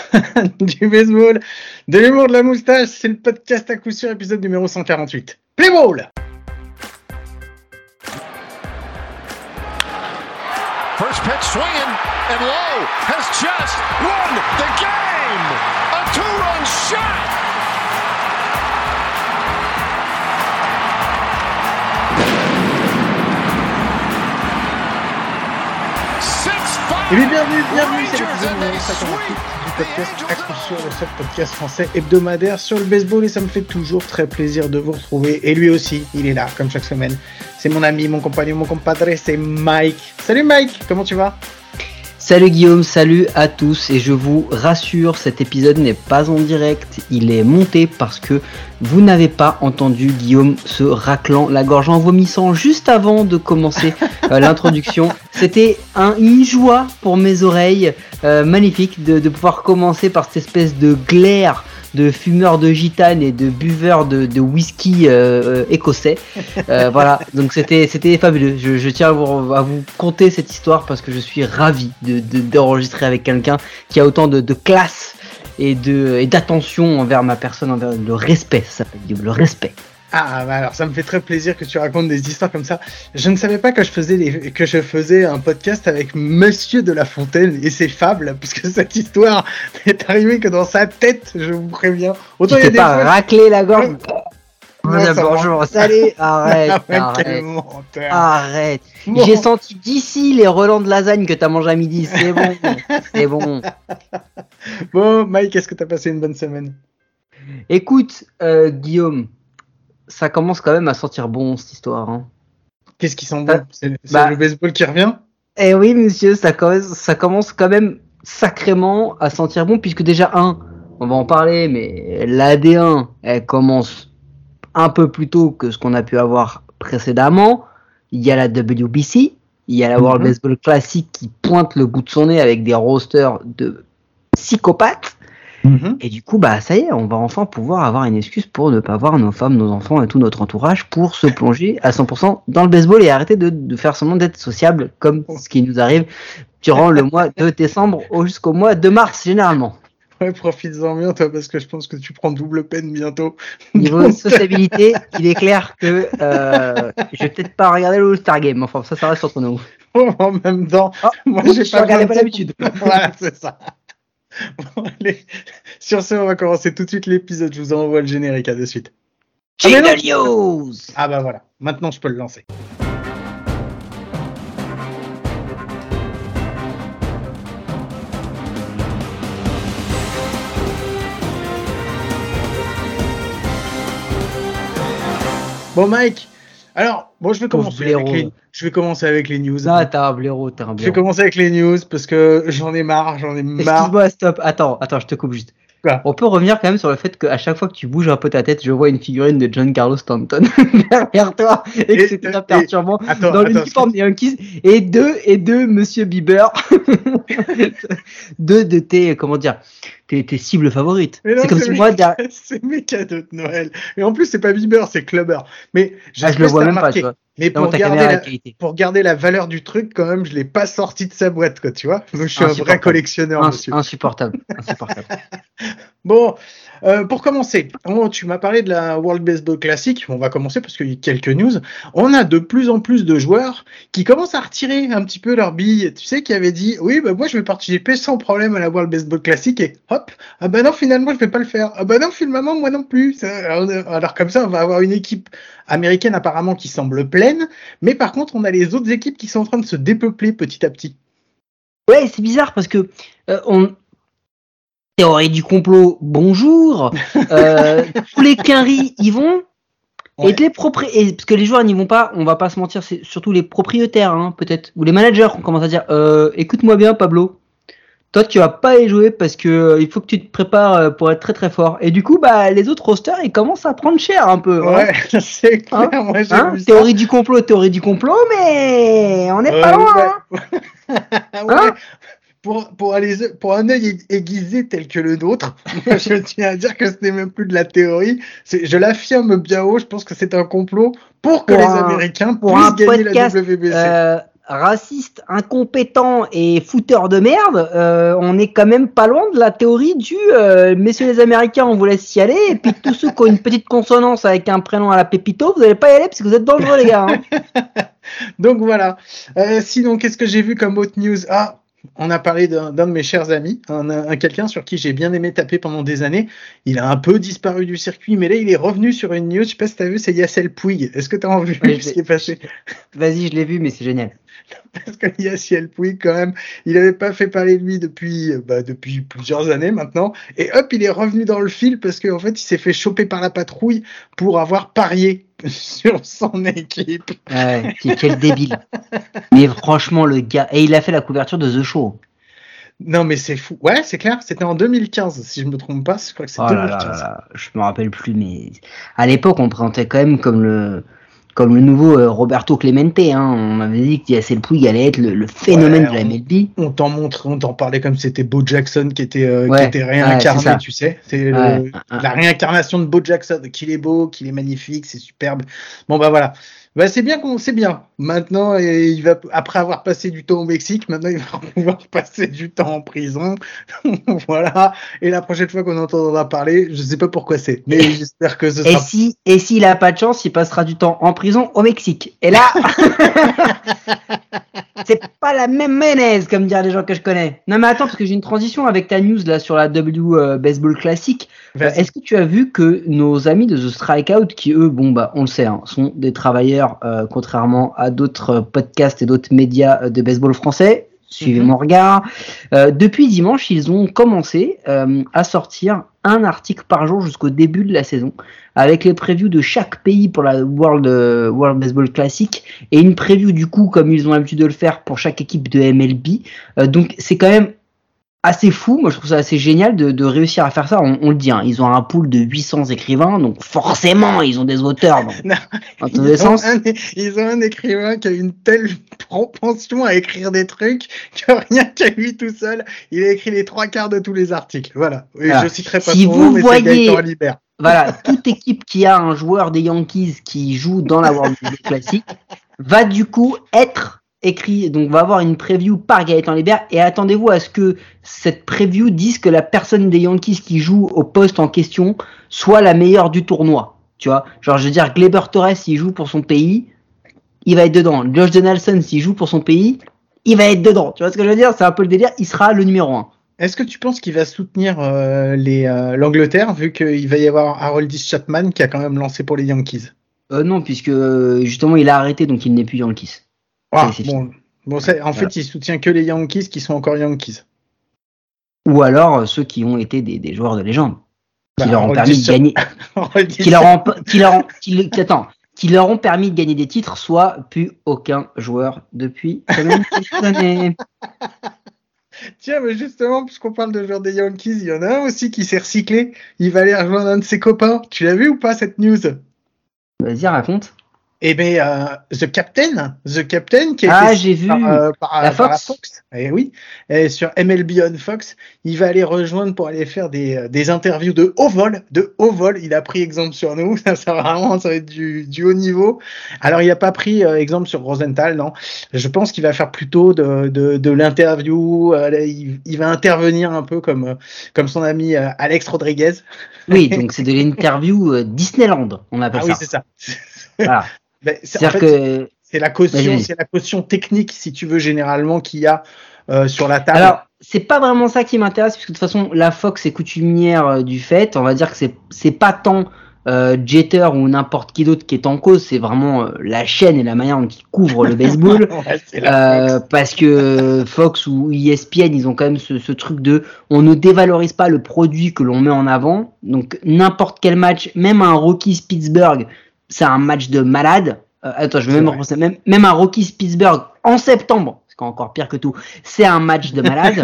du baseball, de l'humour de la moustache, c'est le podcast à coup sûr, épisode numéro 148. Play ball! First pitch swinging, and Lowe has just won the game! A two-run shot! Et bien, bienvenue, c'est l'épisode numéro 148 du podcast à coup sûr, le seul podcast français hebdomadaire sur le baseball, et ça me fait toujours très plaisir de vous retrouver. Et lui aussi, il est là, comme chaque semaine. C'est mon ami, mon compagnon, mon compadre, c'est Mike. Salut Mike, comment tu vas ? Salut Guillaume, salut à tous, et je vous rassure, cet épisode n'est pas en direct, il est monté parce que vous n'avez pas entendu Guillaume se raclant la gorge en vomissant juste avant de commencer l'introduction. C'était une joie pour mes oreilles, magnifique de pouvoir commencer par cette espèce de glaire de fumeurs de gitane et de buveurs de whisky écossais. Voilà, donc c'était fabuleux. Je tiens à vous conter cette histoire parce que je suis ravi d'enregistrer avec quelqu'un qui a autant de classe et d'attention envers ma personne, envers le respect, ça s'appelle le respect. Ah, bah alors ça me fait très plaisir que tu racontes des histoires comme ça. Je ne savais pas que je faisais un podcast avec Monsieur de La Fontaine et ses fables, puisque cette histoire n'est arrivée que dans sa tête, je vous préviens. Autant tu t'es pas raclé la gorge. Bonjour, salut. Arrête. Bon. J'ai senti d'ici les relents de lasagne que t'as mangé à midi. C'est bon. Bon, Mike, est-ce que t'as passé une bonne semaine ? Écoute, Guillaume, ça commence quand même à sentir bon cette histoire. Hein. Qu'est-ce qui sent bon ? C'est le baseball qui revient ? Eh oui, monsieur, ça commence quand même sacrément à sentir bon, puisque déjà, on va en parler, mais l'AD1, elle commence un peu plus tôt que ce qu'on a pu avoir précédemment. Il y a la WBC, il y a la World Baseball Classic qui pointe le bout de son nez avec des rosters de psychopathes. Et du coup, ça y est, on va enfin pouvoir avoir une excuse pour ne pas voir nos femmes, nos enfants et tout notre entourage pour se plonger à 100% dans le baseball et arrêter de faire semblant d'être sociable comme ce qui nous arrive durant le mois de décembre jusqu'au mois de mars généralement. Ouais, profites-en bien toi parce que je pense que tu prends double peine bientôt. Niveau sociabilité, il est clair que je vais peut-être pas regarder le All-Star Game, enfin ça reste entre nous. En même temps, moi j'ai pas regardé pas d'habitude. Voilà, c'est ça. Bon, allez, sur ce, on va commencer tout de suite l'épisode. Je vous envoie le générique, à de suite. Jingle News. Ah bah voilà, maintenant je peux le lancer. Bon Mike, alors je vais commencer avec les news. Ah, t'es un blaireau. Je vais commencer avec les news parce que j'en ai marre. Excuse-moi, stop. Attends, je te coupe juste. Quoi ? On peut revenir quand même sur le fait qu'à chaque fois que tu bouges un peu ta tête, je vois une figurine de Giancarlo Stanton derrière toi et que c'est très perturbant dans l'uniforme des Yankees et deux Monsieur Bieber, deux de tes, comment dire, tes cibles favorites. Non, c'est comme si moi c'est mes cadeaux de Noël. Et en plus c'est pas Bieber, c'est Clubber. Mais je le vois même pas, tu vois. Mais pour garder la valeur du truc, quand même, je l'ai pas sorti de sa boîte, quoi, tu vois. Donc, je suis un vrai collectionneur, monsieur. Insupportable. Bon, pour commencer, tu m'as parlé de la World Baseball Classic. On va commencer parce qu'il y a quelques news. On a de plus en plus de joueurs qui commencent à retirer un petit peu leur bille. Tu sais, qui avaient dit, oui, moi, je vais participer sans problème à la World Baseball Classic et hop, ah bah non, finalement, je vais pas le faire. Ah bah non, finalement, moi non plus. Alors comme ça, on va avoir une équipe américaine apparemment qui semble pleine, mais par contre, on a les autres équipes qui sont en train de se dépeupler petit à petit. Ouais, c'est bizarre parce que théorie du complot, bonjour. Tous les quinries y vont. Ouais. Et parce que les joueurs n'y vont pas, on va pas se mentir, c'est surtout les propriétaires, peut-être, ou les managers qui commencent à dire écoute-moi bien, Pablo. Toi, tu vas pas y jouer parce que il faut que tu te prépares pour être très très fort. Et du coup, les autres rosters, ils commencent à prendre cher un peu. Ouais, c'est clair. Moi, j'ai vu théorie du complot, mais on n'est pas loin. Ouais. Pour un œil aiguisé tel que le nôtre, je tiens à dire que ce n'est même plus de la théorie. Je l'affirme bien haut. Je pense que c'est un complot pour que les Américains puissent gagner la WBC. raciste, incompétent et fouteur de merde, on est quand même pas loin de la théorie du messieurs les Américains, on vous laisse y aller, et puis tous ceux qui ont une petite consonance avec un prénom à la Pépito, vous n'allez pas y aller parce que vous êtes dangereux, les gars. Donc voilà. Sinon, qu'est-ce que j'ai vu comme autre news? Ah, on a parlé d'un de mes chers amis, quelqu'un sur qui j'ai bien aimé taper pendant des années. Il a un peu disparu du circuit, mais là, il est revenu sur une news. Je sais pas si t'as vu, c'est Yassel Puig. Est-ce que t'as vu ce qui est passé? Vas-y, je l'ai vu, mais c'est génial. Parce que Yassel Puig, quand même, il avait pas fait parler de lui depuis plusieurs années maintenant. Et hop, il est revenu dans le fil parce qu'en fait, il s'est fait choper par la patrouille pour avoir parié sur son équipe. Ouais, quel débile. Mais franchement, le gars, et il a fait la couverture de The Show. Non, mais c'est fou. Ouais, c'est clair, c'était en 2015, si je me trompe pas. Je crois que c'est 2015. Je me rappelle plus, mais à l'époque, on présentait quand même comme le nouveau Roberto Clemente. Hein. On avait dit que Yassel Puig allait être le phénomène de la MLB. On t'en parlait comme si c'était Bo Jackson qui était réincarné, tu sais. C'est la réincarnation de Bo Jackson, qu'il est beau, qu'il est magnifique, c'est superbe. Bon, bah voilà. Bah, c'est bien. Maintenant, il va, après avoir passé du temps au Mexique, maintenant il va pouvoir passer du temps en prison. Voilà. Et la prochaine fois qu'on entendra parler, je sais pas pourquoi c'est, mais j'espère que ce sera. Et s'il a pas de chance, il passera du temps en prison au Mexique. Et là, c'est pas la même mayonnaise, comme dire les gens que je connais. Non, mais attends, parce que j'ai une transition avec ta news là sur la Baseball Classic. Est-ce que tu as vu que nos amis de The Strikeout, qui eux, bon bah on le sait, hein, sont des travailleurs, contrairement à d'autres podcasts et d'autres médias de baseball français, suivez mon regard, depuis dimanche, ils ont commencé à sortir un article par jour jusqu'au début de la saison, avec les previews de chaque pays pour la World Baseball Classic, et une preview du coup, comme ils ont l'habitude de le faire pour chaque équipe de MLB. Donc c'est quand même assez fou, moi je trouve ça assez génial de réussir à faire ça. On le dit, hein, ils ont un pool de 800 écrivains, donc forcément ils ont des auteurs dans tous les sens. Ils ont un écrivain qui a une telle propension à écrire des trucs que rien qu'à lui tout seul, il a écrit les 3/4 de tous les articles. Voilà. Je citerai pas son nom, mais c'est Gaëtan Alibert. Voilà, toute équipe qui a un joueur des Yankees qui joue dans la World Baseball Classic va du coup être écrit, donc va avoir une preview par Gaëtan Alibert, et attendez-vous à ce que cette preview dise que la personne des Yankees qui joue au poste en question soit la meilleure du tournoi, tu vois, genre je veux dire Gleyber Torres s'il joue pour son pays, il va être dedans. Josh Donaldson s'il joue pour son pays, il va être dedans, tu vois ce que je veux dire, c'est un peu le délire, il sera le numéro 1. Est-ce que tu penses qu'il va soutenir l'Angleterre, vu qu'il va y avoir Aroldis Chapman qui a quand même lancé pour les Yankees? Non, puisque justement il a arrêté, donc il n'est plus Yankees. Ah, en fait, il soutient que les Yankees qui sont encore Yankees. Ou alors ceux qui ont été des joueurs de légende, qui leur ont permis de gagner, qui leur ont permis de gagner des titres, soit plus aucun joueur depuis quand même quelques années. Tiens, mais justement, puisqu'on parle de joueurs des Yankees, il y en a un aussi qui s'est recyclé. Il va aller rejoindre un de ses copains. Tu l'as vu ou pas cette news? Vas-y, raconte. Eh bien, The Captain qui a été vu par la Fox. Et oui, et sur MLB on Fox, il va aller rejoindre pour aller faire des interviews de haut vol. Il a pris exemple sur nous, ça va être du haut niveau. Alors, il n'a pas pris exemple sur Rosenthal, non. Je pense qu'il va faire plutôt de l'interview. Il va intervenir un peu comme son ami Alex Rodriguez. Oui, donc c'est de l'interview Disneyland, on appelle ça. Ah oui, c'est ça. Voilà. C'est la caution technique, si tu veux, généralement qu'il y a sur la table. Alors, c'est pas vraiment ça qui m'intéresse, puisque de toute façon, la Fox est coutumière du fait. On va dire que c'est pas tant Jeter ou n'importe qui d'autre qui est en cause, c'est vraiment la chaîne et la manière dont ils couvrent le baseball. Parce que Fox ou ESPN, ils ont quand même ce truc de on ne dévalorise pas le produit que l'on met en avant. Donc n'importe quel match, même un Rockies-Pittsburgh, c'est un match de malade. Attends, je vais même repenser. Même un Rockies-Pittsburgh en septembre, c'est encore pire que tout, c'est un match de malade.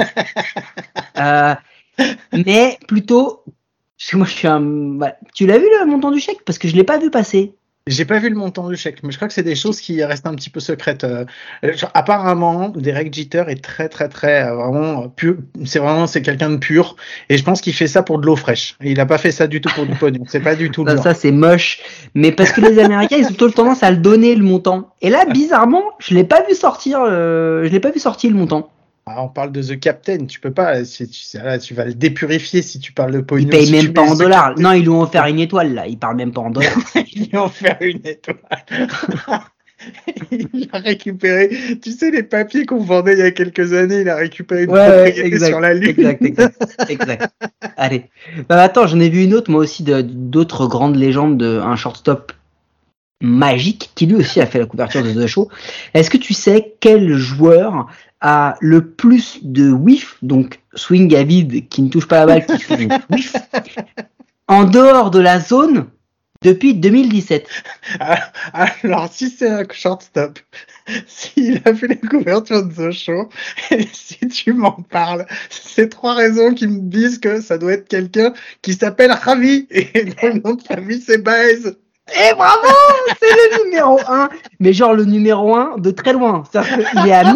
Mais plutôt, parce que moi je suis tu l'as vu le montant du chèque? Parce que je l'ai pas vu passer. J'ai pas vu le montant du chèque, mais je crois que c'est des choses qui restent un petit peu secrètes. Apparemment, Derek Jeter est très très très vraiment pur. C'est quelqu'un de pur, et je pense qu'il fait ça pour de l'eau fraîche. Et il a pas fait ça du tout pour du pognon. C'est pas du tout le genre. Ça c'est moche, mais parce que les Américains ils ont tout le tendance à le donner le montant. Et là bizarrement, je l'ai pas vu sortir le montant. Ah, on parle de The Captain, tu peux pas. Là, tu vas le dépurifier si tu parles de pognon. Il paye si même tu pas mets en The dollars. Captain. Non, ils lui ont offert une étoile là. Il parle même pas en dollars. Ils lui ont offert une étoile. Il a récupéré, tu sais, les papiers qu'on vendait il y a quelques années, il a récupéré une propriété exact, sur la Lune. Exact. Allez. Bah, attends, j'en ai vu une autre, moi aussi, d'autres grandes légendes un shortstop magique qui lui aussi a fait la couverture de The Show. Est-ce que tu sais quel joueur a le plus de whiff, donc swing à vide qui ne touche pas la balle, qui fait whiff, en dehors de la zone depuis 2017? Alors, si c'est un shortstop, s'il a fait la couverture de The Show, et si tu m'en parles, c'est 3 raisons qui me disent que ça doit être quelqu'un qui s'appelle Ravi, et dont le nom de famille c'est Baez. Et bravo, c'est le numéro 1, mais genre le numéro 1 de très loin. C'est-à-dire qu'il est à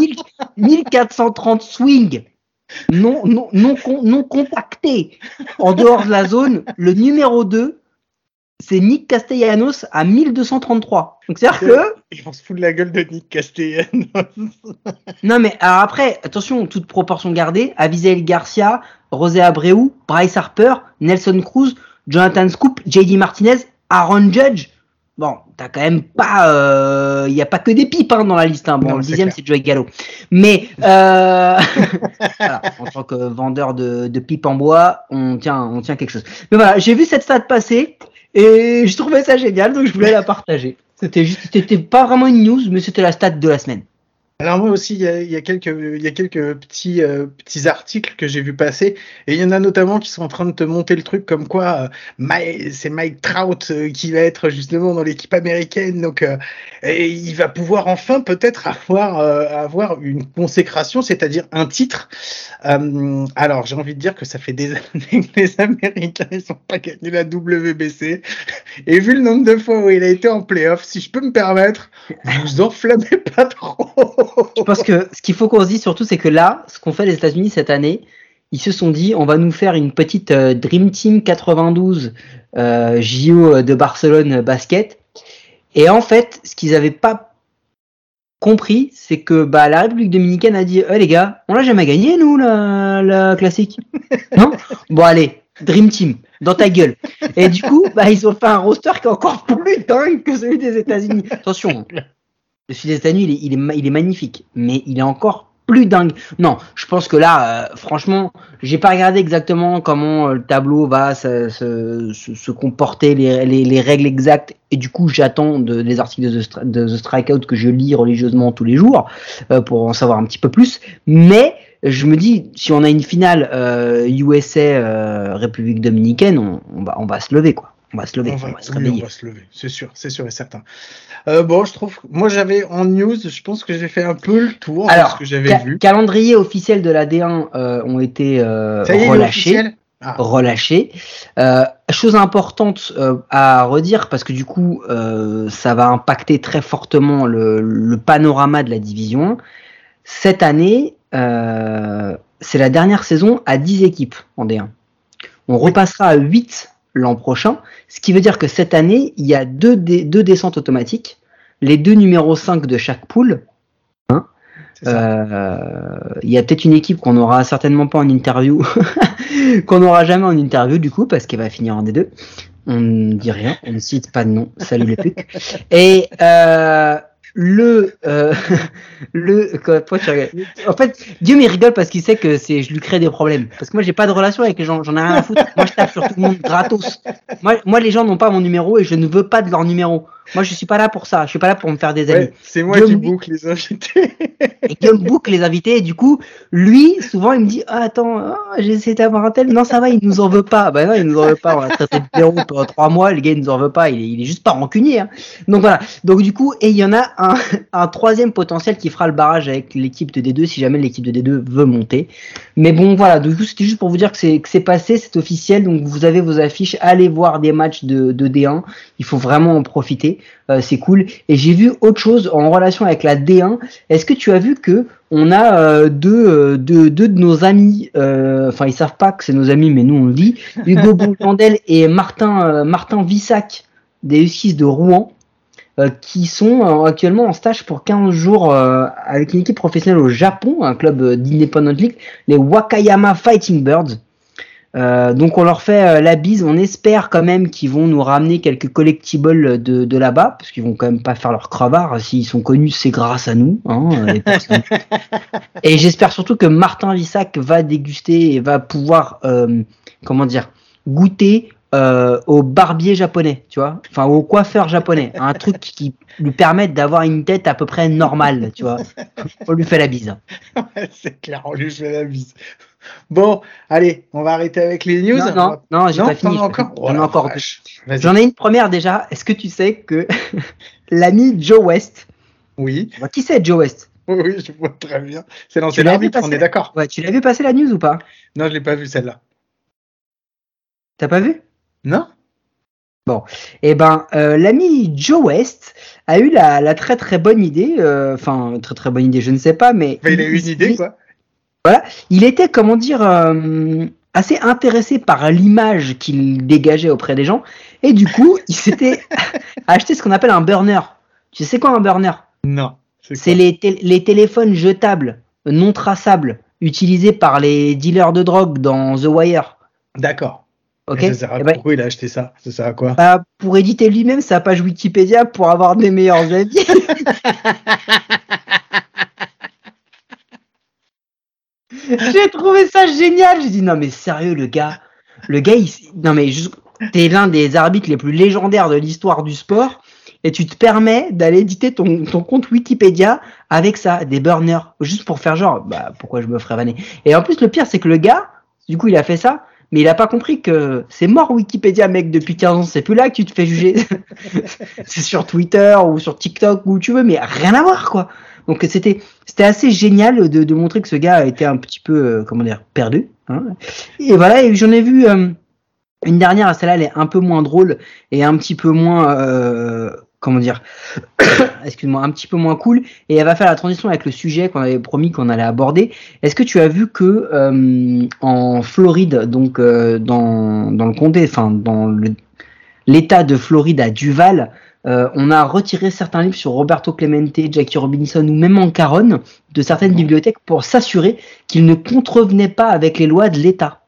1430 swings non contactés en dehors de la zone. Le numéro 2, c'est Nick Castellanos à 1233. Donc c'est-à-dire que... Et on se fout de la gueule de Nick Castellanos. Non mais alors après, attention, toute proportion gardée, Avisail Garcia, José Abreu, Bryce Harper, Nelson Cruz, Jonathan Scoop, JD Martinez, Aaron Judge. Bon, t'as quand même pas... y a pas que des pipes dans la liste. Bon, Non, le c'est 10e, clair. c'est Joey Gallo. Mais voilà, en tant que vendeur de pipes en bois, on tient quelque chose. Mais voilà, j'ai vu cette stat passer et je trouvais ça génial, donc je voulais la partager. C'était pas vraiment une news, mais c'était la stat de la semaine. Alors moi aussi, il y a quelques petits articles que j'ai vu passer, et il y en a notamment qui sont en train de te monter le truc comme quoi c'est Mike Trout qui va être justement dans l'équipe américaine, donc et il va pouvoir enfin peut-être avoir une consécration, c'est-à-dire un titre. Alors j'ai envie de dire que ça fait des années que les Américains ils ont pas gagné la WBC, et vu le nombre de fois où il a été en playoff, si je peux me permettre, vous enflammez pas trop. Je pense que ce qu'il faut qu'on se dise surtout, c'est que là, ce qu'ont fait les États-Unis cette année, ils se sont dit, on va nous faire une petite Dream Team 92 JO de Barcelone basket. Et en fait, ce qu'ils n'avaient pas compris, c'est que la République dominicaine a dit, les gars, on l'a jamais gagné nous la classique, non? Bon allez, Dream Team, dans ta gueule. Et du coup, ils ont fait un roster qui est encore plus dingue que celui des États-Unis. Attention. Le sud des États-Unis, il est magnifique, mais il est encore plus dingue. Non, je pense que là, franchement, j'ai pas regardé exactement comment le tableau va se comporter, les règles exactes, et du coup, j'attends les articles de The Strikeout que je lis religieusement tous les jours pour en savoir un petit peu plus. Mais je me dis, si on a une finale USA République Dominicaine, on va se lever quoi. On va se lever, on va se réveiller. On va se lever, c'est sûr et certain. Bon, je trouve, moi j'avais en news, je pense que j'ai fait un peu le tour de ce que j'avais vu. Calendrier officiel de la D1 ont été relâchés. Chose importante à redire, parce que du coup, ça va impacter très fortement le panorama de la division. Cette année, c'est la dernière saison à 10 équipes en D1. On repassera à 8 l'an prochain, ce qui veut dire que cette année, il y a deux descentes automatiques, les 2 numéros 5 de chaque poule. Il y a peut-être une équipe qu'on n'aura certainement pas en interview, qu'on n'aura jamais en interview du coup, parce qu'elle va finir en D2. On ne dit rien, on ne cite pas de nom, salut les pucs. Et pourquoi tu rigoles ? En fait, Guillaume il rigole parce qu'il sait que je lui crée des problèmes. Parce que moi j'ai pas de relation avec les gens, j'en ai rien à foutre. Moi je tape sur tout le monde gratos. Moi les gens n'ont pas mon numéro et je ne veux pas de leur numéro. Moi je suis pas là pour ça, je suis pas là pour me faire des amis. Ouais, c'est moi qui boucle les invités. Et Guillaume boucle les invités et du coup, lui, souvent il me dit j'ai essayé d'avoir un tel, non ça va, il nous en veut pas. Non, il nous en veut pas, on a traité de blaireau pendant 3 mois, le gars il nous en veut pas, il est juste pas rancunier. Donc voilà, donc du coup, et il y en a un troisième potentiel qui fera le barrage avec l'équipe de D2 si jamais l'équipe de D2 veut monter. Mais bon voilà, du coup c'était juste pour vous dire que c'est passé, c'est officiel, donc vous avez vos affiches, allez voir des matchs de D1, il faut vraiment en profiter. c'est cool. Et j'ai vu autre chose en relation avec la D1. Est-ce que tu as vu que on a deux de nos amis, enfin ils savent pas que c'est nos amis, mais nous on le dit, Hugo Bourdandel et Martin Vissac des Huskies de Rouen, qui sont actuellement en stage pour 15 jours avec une équipe professionnelle au Japon, un club d'Independent League, les Wakayama Fighting Birds. Donc on leur fait la bise, on espère quand même qu'ils vont nous ramener quelques collectibles de là-bas, parce qu'ils vont quand même pas faire leur crevard, s'ils sont connus c'est grâce à nous, hein, et j'espère surtout que Martin Vissac va déguster et va pouvoir goûter au barbier japonais, tu vois, enfin au coiffeur japonais, un truc qui lui permette d'avoir une tête à peu près normale, tu vois. On lui fait la bise. C'est clair, on lui fait la bise. Bon, allez, on va arrêter avec les news. Non, j'ai pas fini. J'en ai encore deux. J'en ai une première déjà. Est-ce que tu sais que l'ami Joe West. Oui. Qui c'est Joe West? Oui, je vois très bien. C'est l'ancien arbitre, on est d'accord. Ouais, tu l'as vu passer la news ou pas? Non, je l'ai pas vu celle-là. T'as pas vu? Non. Bon, et l'ami Joe West a eu la très très bonne idée, très très bonne idée, je ne sais pas, mais il a eu une idée quoi. Voilà, il était assez intéressé par l'image qu'il dégageait auprès des gens, et du coup, il s'était acheté ce qu'on appelle un burner. Tu sais quoi un burner? Non. C'est les téléphones jetables, non traçables, utilisés par les dealers de drogue dans The Wire. D'accord. Ok. Pourquoi il a acheté ça? Ça sert à quoi? Pour éditer lui-même sa page Wikipédia pour avoir des meilleurs avis. J'ai trouvé ça génial. J'ai dit non mais sérieux le gars t'es l'un des arbitres les plus légendaires de l'histoire du sport et tu te permets d'aller éditer ton compte Wikipédia avec ça, des burners, juste pour faire genre pourquoi je me ferais vanner. Et en plus le pire c'est que le gars, du coup il a fait ça, mais il a pas compris que c'est mort Wikipédia mec depuis 15 ans, c'est plus là que tu te fais juger. C'est sur Twitter ou sur TikTok où tu veux, mais rien à voir quoi. Donc c'était assez génial de montrer que ce gars était un petit peu perdu. Hein. Et voilà, et j'en ai vu une dernière, celle-là elle est un peu moins drôle et un petit peu moins excuse-moi, un petit peu moins cool, et elle va faire la transition avec le sujet qu'on avait promis qu'on allait aborder. Est-ce que tu as vu que en Floride, donc dans le comté, enfin dans l'état de Floride à Duval, on a retiré certains livres sur Roberto Clemente, Jackie Robinson ou même en Caron de certaines bibliothèques pour s'assurer qu'ils ne contrevenaient pas avec les lois de l'État.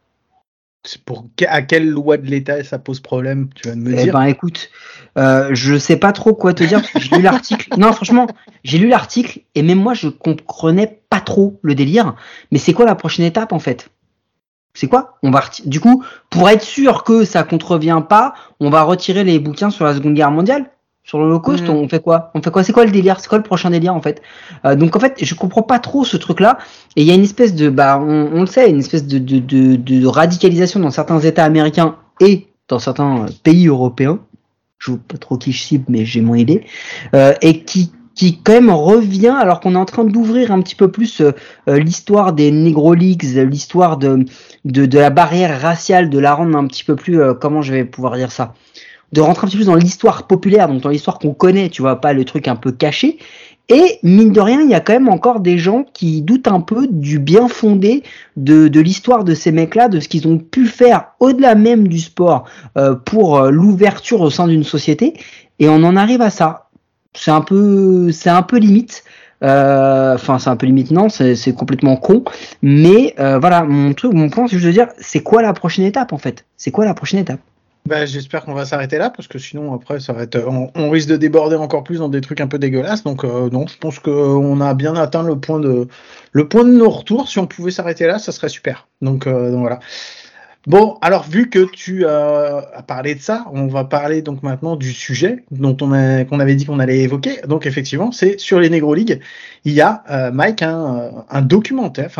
À quelle loi de l'État ça pose problème, tu vas me dire? Écoute, je sais pas trop quoi te dire parce que j'ai lu l'article. Non, franchement, j'ai lu l'article et même moi je comprenais pas trop le délire. Mais c'est quoi la prochaine étape en fait? C'est quoi? Du coup, pour être sûr que ça contrevient pas, on va retirer les bouquins sur la Seconde Guerre mondiale? Sur l'Holocauste, on fait quoi? C'est quoi le délire? C'est quoi le prochain délire en fait? Donc en fait, je comprends pas trop ce truc-là. Et il y a une espèce de, on le sait, une espèce de radicalisation dans certains États américains et dans certains pays européens. Je ne sais pas trop qui je cible, mais j'ai mon idée. Et qui quand même revient alors qu'on est en train d'ouvrir un petit peu plus l'histoire des Negro Leagues, l'histoire de la barrière raciale, de la rendre un petit peu plus, comment je vais pouvoir dire ça? De rentrer un petit peu dans l'histoire populaire, donc dans l'histoire qu'on connaît, tu vois, pas le truc un peu caché. Et mine de rien, il y a quand même encore des gens qui doutent un peu du bien fondé de l'histoire de ces mecs-là, de ce qu'ils ont pu faire au-delà même du sport pour l'ouverture au sein d'une société. Et on en arrive à ça. C'est un peu limite. C'est un peu limite, non, c'est complètement con. Mais voilà, mon point, c'est juste de dire, c'est quoi la prochaine étape en fait? C'est quoi la prochaine étape? J'espère qu'on va s'arrêter là parce que sinon après ça va être, on risque de déborder encore plus dans des trucs un peu dégueulasses. Donc non, je pense qu'on a bien atteint le point de non-retour. Si on pouvait s'arrêter là, ça serait super. Donc voilà. Bon, alors vu que tu as parlé de ça, on va parler donc maintenant du sujet qu'on avait dit qu'on allait évoquer. Donc effectivement, c'est sur les Negro League. Il y a Mike un documentaire,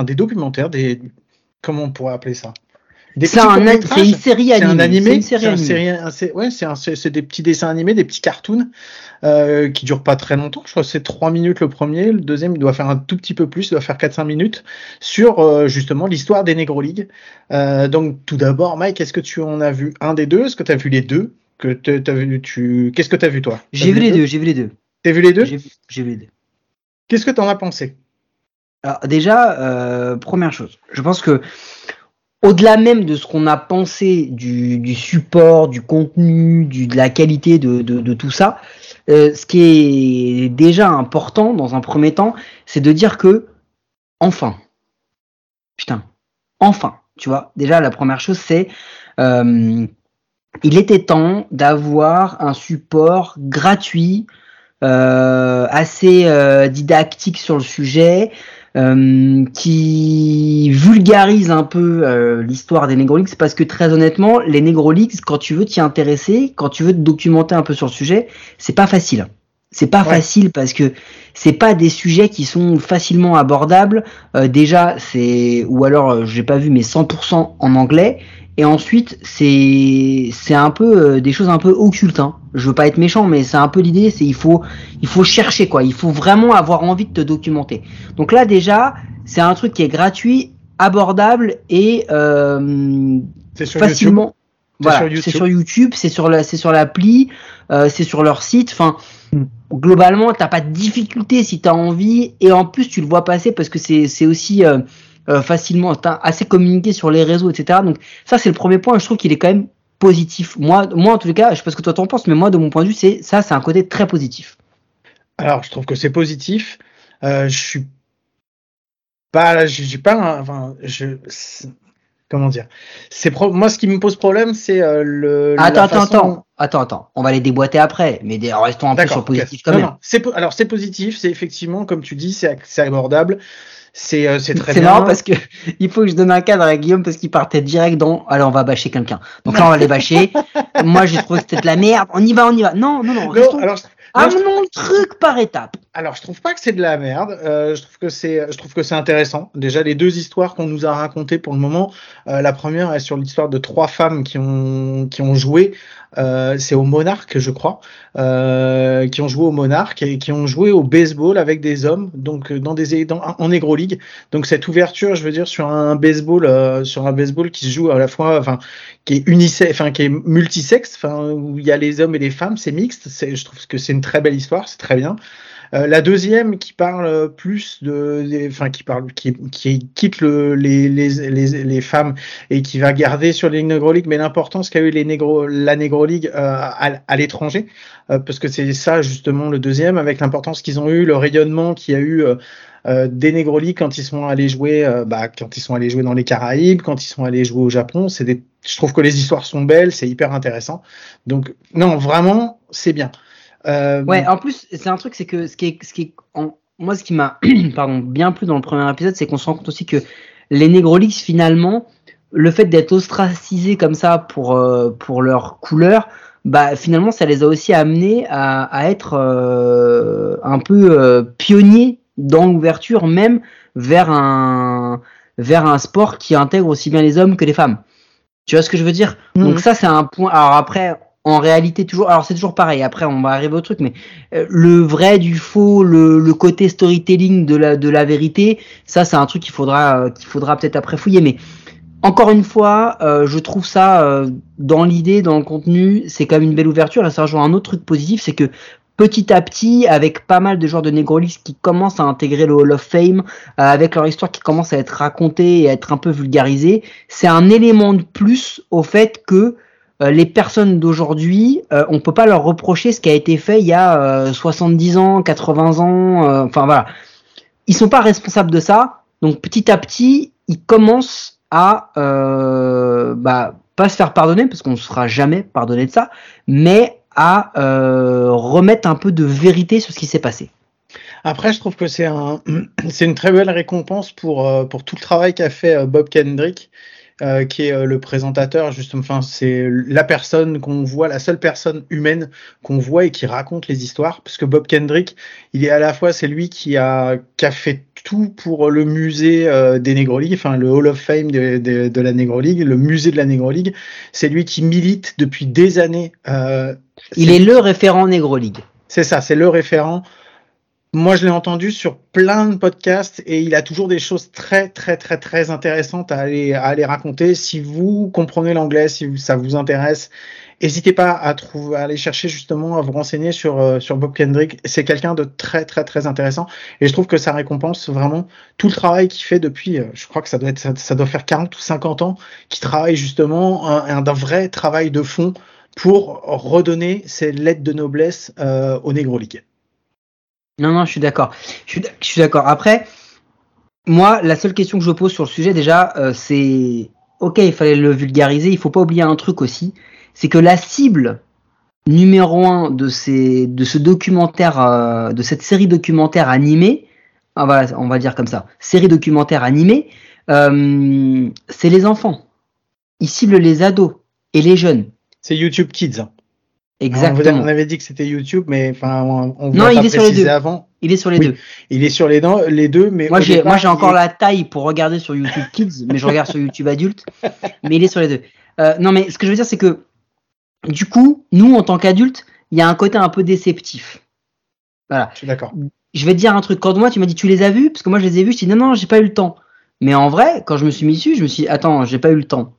comment on pourrait appeler ça? C'est une série animée. C'est des petits dessins animés, des petits cartoons qui durent pas très longtemps. Je crois que c'est 3 minutes le premier, le deuxième il doit faire un tout petit peu plus, il doit faire 4-5 minutes sur justement l'histoire des Negro League. Donc tout d'abord, Mike, est-ce que tu en as vu un des deux? Est-ce que tu as vu les deux? que t'as vu, qu'est-ce que t'as vu toi? J'ai vu les deux. T'as vu les deux? J'ai vu les deux. Qu'est-ce que t'en as pensé? Alors déjà, première chose, je pense que au-delà même de ce qu'on a pensé du support, du contenu, de la qualité de tout ça, ce qui est déjà important dans un premier temps, c'est de dire que enfin, tu vois. Déjà la première chose c'est il était temps d'avoir un support gratuit, assez didactique sur le sujet, qui vulgarise un peu l'histoire des Negroleaks, parce que très honnêtement, les Negroleaks, quand tu veux t'y intéresser, quand tu veux te documenter un peu sur le sujet, c'est pas facile. C'est pas facile parce que c'est pas des sujets qui sont facilement abordables. Déjà, ou alors j'ai pas vu, mais 100% en anglais. Et ensuite, c'est un peu des choses un peu occultes. Hein. Je veux pas être méchant, mais c'est un peu l'idée. Il faut chercher quoi. Il faut vraiment avoir envie de te documenter. Donc là déjà, c'est un truc qui est gratuit, abordable et C'est sur facilement. YouTube. Voilà, c'est sur YouTube, c'est sur l'appli, c'est sur leur site. Enfin, globalement, t'as pas de difficulté si t'as envie, et en plus tu le vois passer parce que c'est aussi facilement assez communiqué sur les réseaux, etc. Donc ça c'est le premier point. Je trouve qu'il est quand même positif. Moi en tous les cas, je sais pas ce que toi t'en penses, mais moi de mon point de vue c'est un côté très positif. Alors je trouve que c'est positif. Je suis pas, j'ai pas, enfin comment dire. Moi ce qui me pose problème c'est Attends, on va les déboîter après, mais restons un peu sur positif quand même. Non, alors c'est positif, c'est effectivement comme tu dis, c'est abordable. C'est très bien. C'est marrant parce que il faut que je donne un cadre à Guillaume parce qu'il partait direct dans allez, on va bâcher quelqu'un. Donc là on va les bâcher. Moi j'ai trouvé que c'était de la merde. On y va. Non, restons. Amenons le truc par étapes. Alors je trouve pas que c'est de la merde. Je trouve que c'est intéressant. Déjà les deux histoires qu'on nous a racontées pour le moment. La première est sur l'histoire de 3 femmes qui ont joué. C'est au Monarque, je crois, qui ont joué au Monarque et qui ont joué au baseball avec des hommes, donc en Negro League. Donc cette ouverture, je veux dire, sur un baseball qui se joue à la fois, enfin, qui est unisexe, enfin, qui est multisexe, enfin, où il y a les hommes et les femmes, c'est mixte. Je trouve que c'est une très belle histoire, c'est très bien. La deuxième qui parle plus qui quitte les femmes et qui va garder sur les Negro League, mais l'importance qu'a eu la Negro League à l'étranger, parce que c'est ça justement le deuxième, avec l'importance qu'ils ont eu, le rayonnement qu'il y a eu des Negro League quand ils sont allés jouer, dans les Caraïbes, quand ils sont allés jouer au Japon. Je trouve que les histoires sont belles, c'est hyper intéressant. Donc non, vraiment, c'est bien. Ouais, en plus, c'est un truc, c'est que moi, ce qui m'a bien plu dans le premier épisode, c'est qu'on se rend compte aussi que les Negro Leagues, finalement, le fait d'être ostracisés comme ça pour leur couleur, bah finalement, ça les a aussi amenés à être un peu pionniers dans l'ouverture, même vers un sport qui intègre aussi bien les hommes que les femmes. Tu vois ce que je veux dire? Donc ça, c'est un point. Alors après, en réalité, c'est toujours pareil. Après, on va arriver au truc, mais le vrai du faux, le côté storytelling de la vérité, ça, c'est un truc qu'il faudra peut-être après fouiller. Mais encore une fois, je trouve ça dans l'idée, dans le contenu, c'est quand même une belle ouverture. Et ça rejoint un autre truc positif, c'est que petit à petit, avec pas mal de joueurs de Negro Leagues qui commencent à intégrer le Hall of Fame, avec leur histoire qui commence à être racontée et à être un peu vulgarisée, c'est un élément de plus au fait que les personnes d'aujourd'hui, on peut pas leur reprocher ce qui a été fait il y a 70 ans, 80 ans, enfin voilà. Ils sont pas responsables de ça, donc petit à petit, ils commencent à pas se faire pardonner, parce qu'on ne sera jamais pardonné de ça, mais à remettre un peu de vérité sur ce qui s'est passé. Après, je trouve que c'est une très belle récompense pour tout le travail qu'a fait Bob Kendrick, qui est le présentateur, justement. Enfin, c'est la personne qu'on voit, la seule personne humaine qu'on voit et qui raconte les histoires, parce que Bob Kendrick, il est à la fois, c'est lui qui a fait tout pour le musée des Negro League, enfin le Hall of Fame de la Negro League, le musée de la Negro League. C'est lui qui milite depuis des années. Il est le référent Negro League. C'est ça, c'est le référent Moi, je l'ai entendu sur plein de podcasts et il a toujours des choses très, très, très, très intéressantes à aller raconter. Si vous comprenez l'anglais, si ça vous intéresse, n'hésitez pas à aller chercher justement, à vous renseigner sur Bob Kendrick. C'est quelqu'un de très, très, très intéressant et je trouve que ça récompense vraiment tout le travail qu'il fait depuis, je crois que ça doit faire 40 ou 50 ans qu'il travaille justement un vrai travail de fond pour redonner ces lettres de noblesse au Negro League. Non, je suis d'accord. Je suis d'accord. Après, moi, la seule question que je pose sur le sujet, déjà, c'est... Ok, il fallait le vulgariser. Il faut pas oublier un truc aussi. C'est que la cible numéro 1 de ce documentaire, de cette série documentaire animée, on va dire comme ça, série documentaire animée, c'est les enfants. Ils ciblent les ados et les jeunes. C'est YouTube Kids. Exactement. On avait dit que c'était YouTube, mais enfin, on non, va il pas est sur les deux. Avant. Il est sur les deux. Il est sur les deux, mais moi j'ai encore la taille pour regarder sur YouTube Kids, mais je regarde sur YouTube adulte. Mais il est sur les deux. Non, mais ce que je veux dire, c'est que du coup, nous en tant qu'adultes, il y a un côté un peu déceptif. Voilà. Je suis d'accord. Je vais te dire un truc. Quand moi, tu m'as dit tu les as vus, parce que moi je les ai vus, je dis non, j'ai pas eu le temps. Mais en vrai, quand je me suis mis dessus, je me suis dit attends, j'ai pas eu le temps.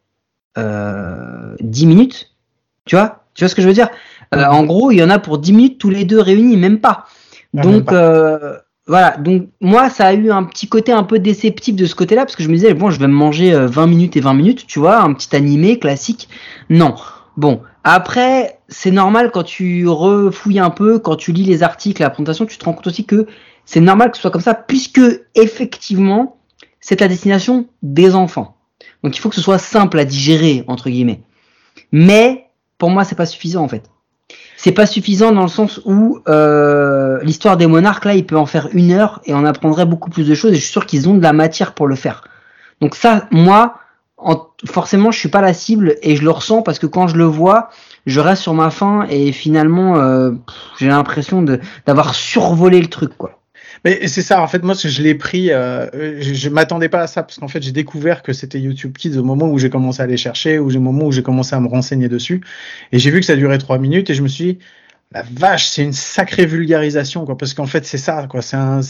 10 minutes, tu vois ce que je veux dire? En gros, il y en a pour 10 minutes tous les deux réunis, même pas. Donc, voilà. Donc, moi, ça a eu un petit côté un peu déceptif de ce côté-là, parce que je me disais, bon, je vais me manger 20 minutes et 20 minutes, tu vois, un petit animé classique. Non. Bon. Après, c'est normal quand tu refouilles un peu, quand tu lis les articles, la présentation, tu te rends compte aussi que c'est normal que ce soit comme ça, puisque, effectivement, c'est la destination des enfants. Donc, il faut que ce soit simple à digérer, entre guillemets. Mais, pour moi, c'est pas suffisant, en fait. C'est pas suffisant dans le sens où l'histoire des monarques, là, il peut en faire 1 heure et on apprendrait beaucoup plus de choses et je suis sûr qu'ils ont de la matière pour le faire. Donc ça, moi, forcément, je suis pas la cible et je le ressens parce que quand je le vois, je reste sur ma faim et finalement, j'ai l'impression d'avoir survolé le truc, quoi. Mais c'est ça, en fait, moi, je l'ai pris, je m'attendais pas à ça, parce qu'en fait, j'ai découvert que c'était YouTube Kids au moment où j'ai commencé à aller chercher, au moment où j'ai commencé à me renseigner dessus, et j'ai vu que ça durait 3 minutes, et je me suis dit, la vache, c'est une sacrée vulgarisation, quoi, parce qu'en fait, c'est ça, quoi,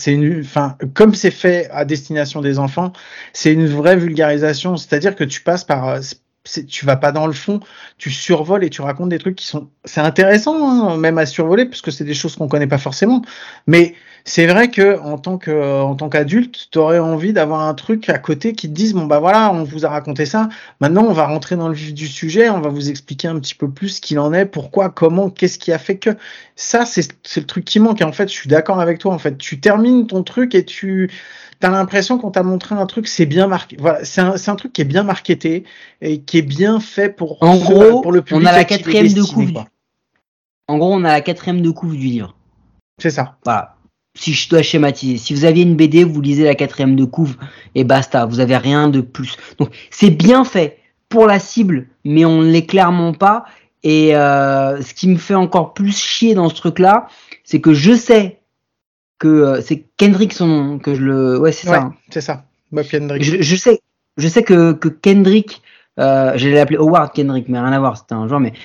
comme c'est fait à destination des enfants, c'est une vraie vulgarisation, c'est-à-dire que tu passes par, tu vas pas dans le fond, tu survoles et tu racontes des trucs c'est intéressant, hein, même à survoler, parce que c'est des choses qu'on connaît pas forcément, mais c'est vrai que en tant qu'adulte, t'aurais envie d'avoir un truc à côté qui te dise bon bah voilà, on vous a raconté ça. Maintenant, on va rentrer dans le vif du sujet, on va vous expliquer un petit peu plus ce qu'il en est, pourquoi, comment, qu'est-ce qui a fait que. Ça, c'est le truc qui manque. Et en fait, je suis d'accord avec toi. En fait, tu termines ton truc et t'as l'impression qu'on t'a montré un truc, c'est bien marqué. Voilà, c'est un truc qui est bien marketé et qui est bien fait pour le public. On a la 4e de couve. En gros, on a la 4e de couve du livre. C'est ça. Voilà. Si je dois schématiser, si vous aviez une BD, vous lisez la 4e de couve et basta, vous avez rien de plus. Donc c'est bien fait pour la cible, mais on ne l'est clairement pas. Et ce qui me fait encore plus chier dans ce truc-là, c'est que je sais que c'est Kendrick son nom, que je le, ouais c'est ça. Hein. C'est ça, Bob Kendrick. Je sais que Kendrick. J'allais l'appeler Howard Kendrick, mais rien à voir, c'était un genre, mais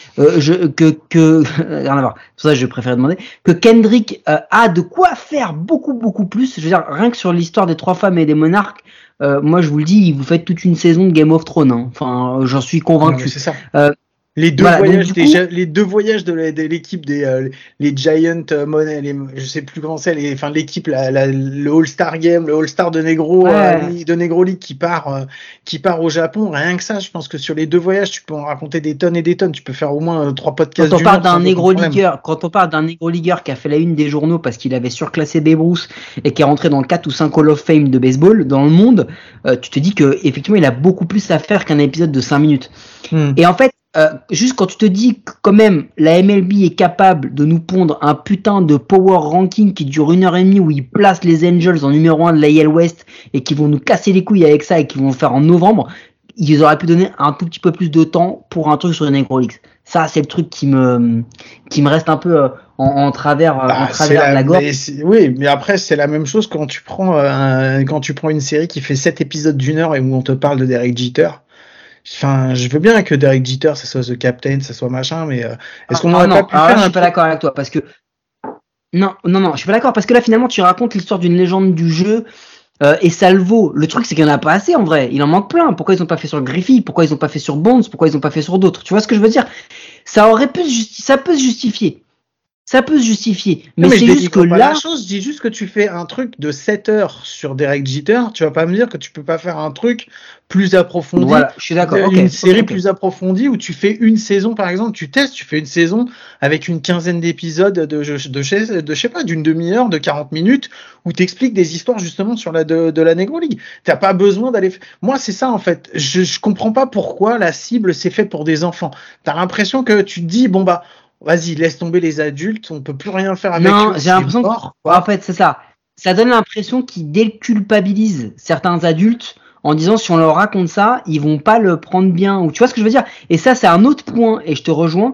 rien à voir. C'est pour ça que je préfère demander que Kendrick a de quoi faire beaucoup plus. Je veux dire, rien que sur l'histoire des 3 femmes et des monarques, moi je vous le dis, vous faites toute une saison de Game of Thrones. Hein. Enfin, j'en suis convaincu. Non, c'est ça. Les deux voyages de l'équipe les Giant Money, je sais plus comment c'est, l'équipe, le All-Star Game, le All-Star de Negro, de Negro League qui part au Japon. Rien que ça, je pense que sur les 2 voyages, tu peux en raconter des tonnes et des tonnes. Tu peux faire au moins 3 podcasts. Quand on parle d'un Negro Leagueur qui a fait la une des journaux parce qu'il avait surclassé Babe Ruth et qui est rentré dans le 4 ou 5 Hall of Fame de baseball dans le monde, tu te dis que effectivement, il a beaucoup plus à faire qu'un épisode de 5 minutes. Et en fait, juste quand tu te dis que quand même la MLB est capable de nous pondre un putain de power ranking qui dure 1h30 où ils placent les Angels en numéro 1 de l'AL West et qui vont nous casser les couilles avec ça et qui vont le faire en novembre, ils auraient pu donner un tout petit peu plus de temps pour un truc sur les Negro Leagues. Ça, c'est le truc qui me reste un peu en travers la gorge. Oui, mais après, c'est la même chose quand tu prends une série qui fait 7 épisodes d'1 heure et où on te parle de Derek Jeter. Enfin, je veux bien que Derek Jeter, ça soit The Captain, ça soit machin, mais est-ce qu'on n'aurait pas pu faire je suis pas d'accord avec toi, parce que Non, je suis pas d'accord parce que là finalement tu racontes l'histoire d'une légende du jeu et ça le vaut. Le truc c'est qu'il y en a pas assez en vrai. Il en manque plein. Pourquoi ils ont pas fait sur Griffey? Pourquoi ils ont pas fait sur Bonds? Pourquoi ils ont pas fait sur d'autres? Tu vois ce que je veux dire? Ça peut se justifier. Ça peut se justifier. Non, Mais je c'est juste que dénigre pas là, la chose, je dis juste que tu fais un truc de 7 heures sur Derek Jeter, tu vas pas me dire que tu peux pas faire un truc plus approfondi, voilà, je suis d'accord. une série Ok. plus approfondie où tu fais une saison par exemple, tu fais une saison avec une quinzaine d'épisodes de je sais pas, d'une demi-heure, de 40 minutes, où t'expliques des histoires justement sur de la Negro League. T'as pas besoin d'aller. Moi, c'est ça en fait. Je comprends pas pourquoi la cible c'est fait pour des enfants. T'as l'impression que tu te dis, bon bah, vas-y, laisse tomber les adultes, on peut plus rien faire avec Non, eux, j'ai c'est l'impression que, mort, en quoi. fait, c'est ça. Ça donne l'impression qu'ils déculpabilisent certains adultes en disant si on leur raconte ça, ils vont pas le prendre bien. Ou tu vois ce que je veux dire? Et ça, c'est un autre point. Et je te rejoins.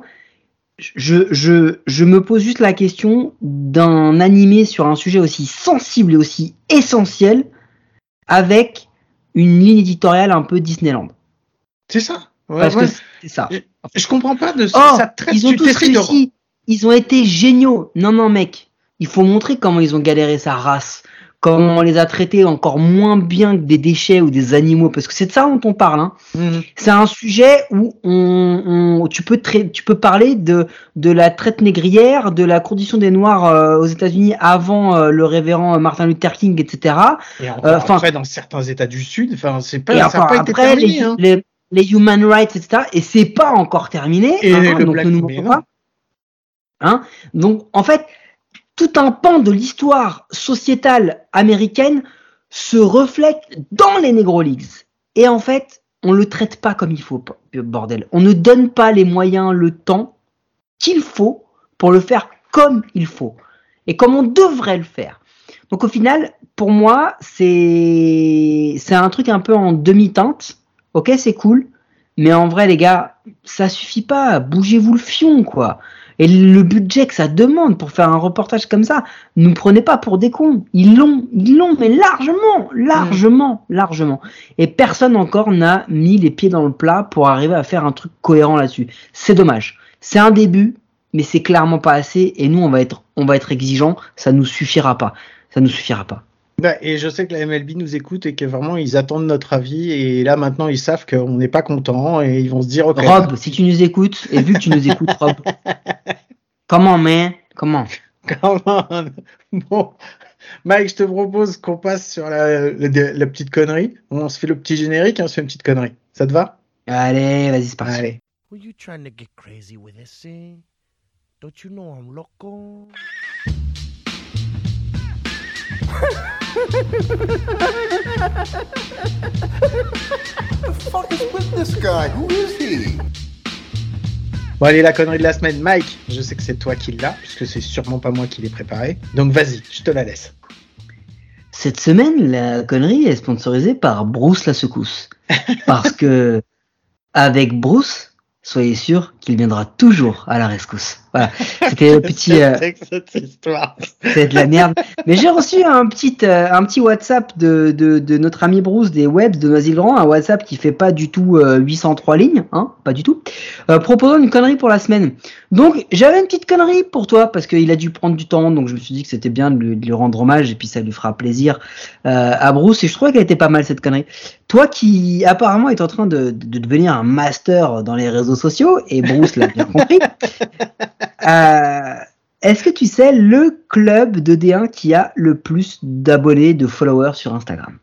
Je me pose juste la question d'un animé sur un sujet aussi sensible et aussi essentiel avec une ligne éditoriale un peu Disneyland. C'est ça. Ouais, Parce que ouais. c'est ça. Je, je comprends pas de Oh, ça traite, ils ont tu tous t'essayes de. réussi. Ils ont été géniaux. Non, mec. Il faut montrer comment ils ont galéré sa race. Comment on les a traités encore moins bien que des déchets ou des animaux. Parce que c'est de ça dont on parle. Hein. Mhm. C'est un sujet où tu peux parler de la traite négrière, de la condition des Noirs aux États-Unis avant le révérend Martin Luther King, etc. Et encore Enfin, après, dans certains États du Sud, enfin, c'est et pas, ça n'a encore pas été après, terminé, hein. les human rights, etc. Et c'est pas encore terminé. Et Hein, le donc ne Black, nous mais mentons non. pas. Hein. Donc en fait, tout un pan de l'histoire sociétale américaine se reflète dans les Negro Leagues. Et en fait, on le traite pas comme il faut, bordel. On ne donne pas les moyens, le temps qu'il faut pour le faire comme il faut. Et comme on devrait le faire. Donc au final, pour moi, c'est un truc un peu en demi-teinte. Ok, c'est cool. Mais en vrai, les gars, ça suffit pas. Bougez-vous le fion, quoi. Et le budget que ça demande pour faire un reportage comme ça, ne nous prenez pas pour des cons. Ils l'ont, mais largement. Et personne encore n'a mis les pieds dans le plat pour arriver à faire un truc cohérent là-dessus. C'est dommage. C'est un début, mais c'est clairement pas assez. Et nous, on va être exigeants. Ça nous suffira pas. Bah, et je sais que la MLB nous écoute et que vraiment ils attendent notre avis. Et là, maintenant, ils savent qu'on n'est pas content et ils vont se dire, ok. Rob, si tu nous écoutes, et vu que tu nous écoutes, Rob, comment? Bon, Mike, je te propose qu'on passe sur la petite connerie. On se fait le petit générique et on se fait une petite connerie. Ça te va? Allez, vas-y, c'est parti. Allez. Were you trying to get crazy with this, eh? Don't you know I'm loco? The fuck is with this guy? Who is he? Bon, allez, la connerie de la semaine. Mike, je sais que c'est toi qui l'as, puisque c'est sûrement pas moi qui l'ai préparé. Donc vas-y, je te la laisse. Cette semaine, la connerie est sponsorisée par Bruce la secousse. Parce que, avec Bruce, soyez sûr qu'il viendra toujours à la rescousse. Voilà. C'était le petit, C'est que cette histoire. c'est de la merde. Mais j'ai reçu un petit WhatsApp de notre ami Bruce des Webs de Noisy-le-Grand, un WhatsApp qui fait pas du tout 803 lignes, hein, pas du tout, proposant une connerie pour la semaine. Donc j'avais une petite connerie pour toi parce qu'il a dû prendre du temps, donc je me suis dit que c'était bien de lui rendre hommage et puis ça lui fera plaisir à Bruce et je trouvais qu'elle était pas mal cette connerie. Toi qui apparemment est en train de devenir un master dans les réseaux sociaux et Bruce l'a bien compris. Est-ce que tu sais le club de D1 qui a le plus d'abonnés, de followers sur Instagram?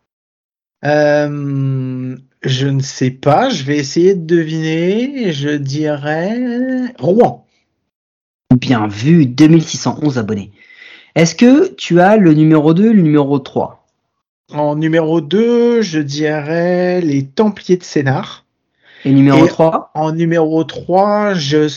Je ne sais pas, je vais essayer de deviner. Je dirais Rouen. Bien vu, 2611 abonnés. Est-ce que tu as le numéro 2 et le numéro 3? En numéro 2, je dirais les Templiers de Sénart. Et numéro Et 3? En numéro 3,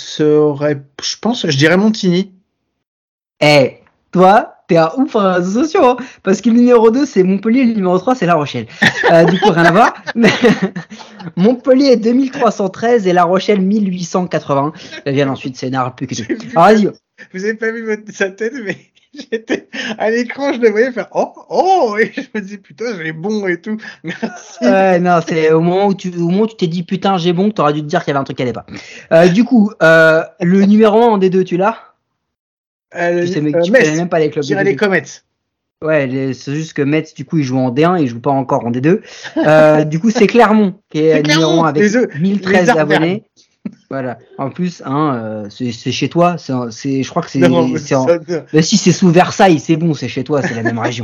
je dirais Montigny. Eh, toi, t'es un ouf en réseaux sociaux, hein, parce que le numéro 2 c'est Montpellier, le numéro 3 c'est La Rochelle. Du coup, rien à voir. Mais Montpellier 2313 et La Rochelle 1880. Viennent ensuite Sénart, plus que tout. Alors vas-y. Vous avez pas vu sa tête, mais j'étais à l'écran, je le voyais faire oh, et je me dis putain, j'ai bon et tout. Merci. Non, c'est au moment où tu t'es dit putain, j'ai bon, que t'aurais dû te dire qu'il y avait un truc qui allait pas. Du coup, le numéro 1 en D2, tu l'as? Tu sais Metz, connais même pas les clubs je dirais de les D2. Comets. Ouais, c'est juste que Metz, du coup, il joue en D1 et il joue pas encore en D2. Du coup, c'est Clermont qui est C'est numéro Clermont, 1 avec les 1013 Arvernes. abonnés. Voilà. En plus, c'est chez toi. Je crois que c'est. Non, mais c'est en- ça- Mais si c'est sous Versailles, c'est bon, c'est chez toi, c'est la même région.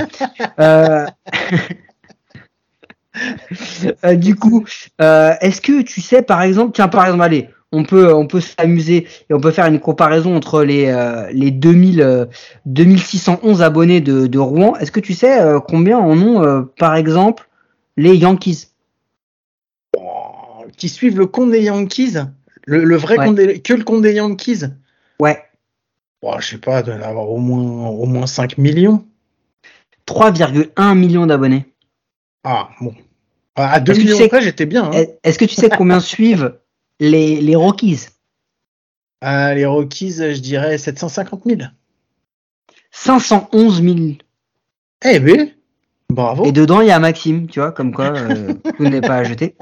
Du coup, est-ce que tu sais, par exemple, allez, on peut s'amuser et on peut faire une comparaison entre les 2611 abonnés de Rouen. Est-ce que tu sais combien en ont, par exemple, les Yankees? Qui suivent le compte des Yankees, le vrai Ouais. compte que le compte des Yankees. Ouais, Je sais pas, il doit y en avoir au moins 5 millions. 3,1 millions d'abonnés. Ah, bon. À 2 Est-ce que tu millions sais- près, j'étais bien. Hein. Est-ce que tu sais combien suivent les Rockies? Les Rockies, je dirais 750 000. 511 000. Eh ben, bravo. Et dedans, il y a Maxime, tu vois, comme quoi, tout n'est pas à jeter.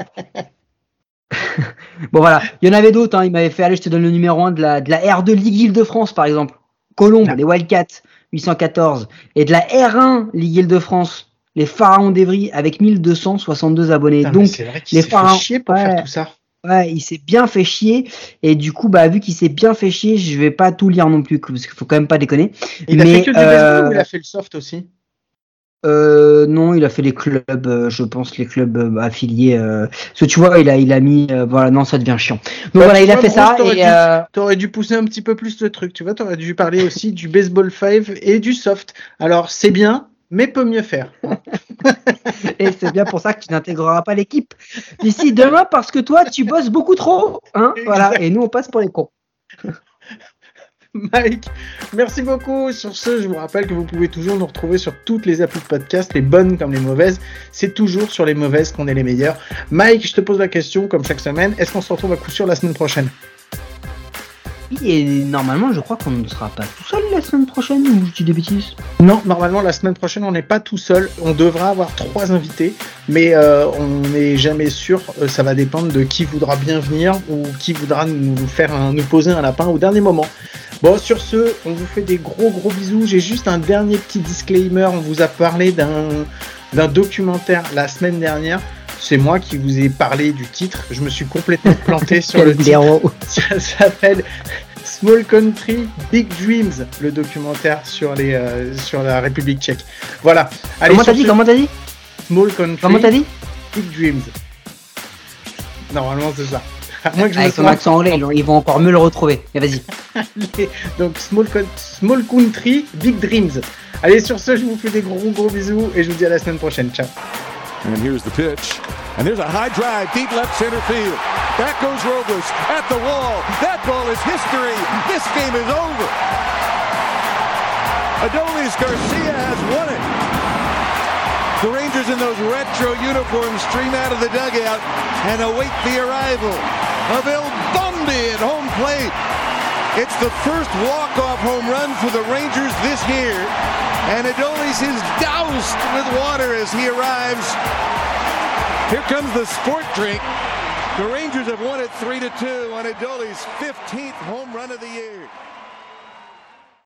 Bon, voilà. Il y en avait d'autres, hein. Il m'avait fait, allez, je te donne le numéro 1 de la R2 Ligue Île-de-France, par exemple. Colombes, Ah. les Wildcats, 814. Et de la R1 Ligue Île-de-France, les Pharaons d'Evry, avec 1262 abonnés. Putain, mais Donc, c'est vrai qu'il les s'est fait Pharaons, chier pour faire tout ça. ouais, il s'est bien fait chier. Et du coup, vu qu'il s'est bien fait chier, je vais pas tout lire non plus, parce qu'il faut quand même pas déconner. Il a fait que du baseball ou il a fait le soft aussi? Non, il a fait les clubs, je pense les clubs affiliés. Parce que tu vois, il a mis, voilà, non, ça devient chiant. Donc voilà, il a fait ça. Et t'aurais dû pousser un petit peu plus le truc. Tu vois, t'aurais dû parler aussi du baseball 5 et du soft. Alors c'est bien, mais peut mieux faire. et c'est bien pour ça que tu n'intégreras pas l'équipe d'ici demain parce que toi, tu bosses beaucoup trop, hein. Voilà. Et nous, on passe pour les cons. Mike, merci beaucoup. Sur ce, je vous rappelle que vous pouvez toujours nous retrouver sur toutes les applis de podcast, les bonnes comme les mauvaises. C'est toujours sur les mauvaises qu'on est les meilleurs. Mike, je te pose la question, comme chaque semaine, est-ce qu'on se retrouve à coup sûr la semaine prochaine? Et normalement, je crois qu'on ne sera pas tout seul la semaine prochaine, ou je dis des bêtises? Non, normalement, la semaine prochaine, on n'est pas tout seul. On devra avoir 3 invités, mais on n'est jamais sûr. Ça va dépendre de qui voudra bien venir ou qui voudra nous poser un lapin au dernier moment. Bon, sur ce, on vous fait des gros bisous. J'ai juste un dernier petit disclaimer. On vous a parlé d'un documentaire la semaine dernière. C'est moi qui vous ai parlé du titre. Je me suis complètement planté sur le titre. Ça s'appelle Small Country, Big Dreams, le documentaire sur la République tchèque. Voilà. Allez, Comment t'as dit Small Country, Comment t'as dit Big Dreams. Normalement, c'est ça. À moins que je Avec son accent anglais, ils vont encore mieux le retrouver. Mais vas-y. Donc, Small Country, Big Dreams. Allez, sur ce, je vous fais des gros bisous et je vous dis à la semaine prochaine. Ciao. And here's the pitch. And there's a high drive, deep left center field. Back goes Robles at the wall. That ball is history. This game is over. Adolis Garcia has won it. The Rangers in those retro uniforms stream out of the dugout and await the arrival of El Bundy at home plate. It's the first walk-off home run for the Rangers this year. And Adolis is doused with water as he arrives. Here comes the sport drink. The Rangers have won it 3-2 on Adolis' 15th home run of the year.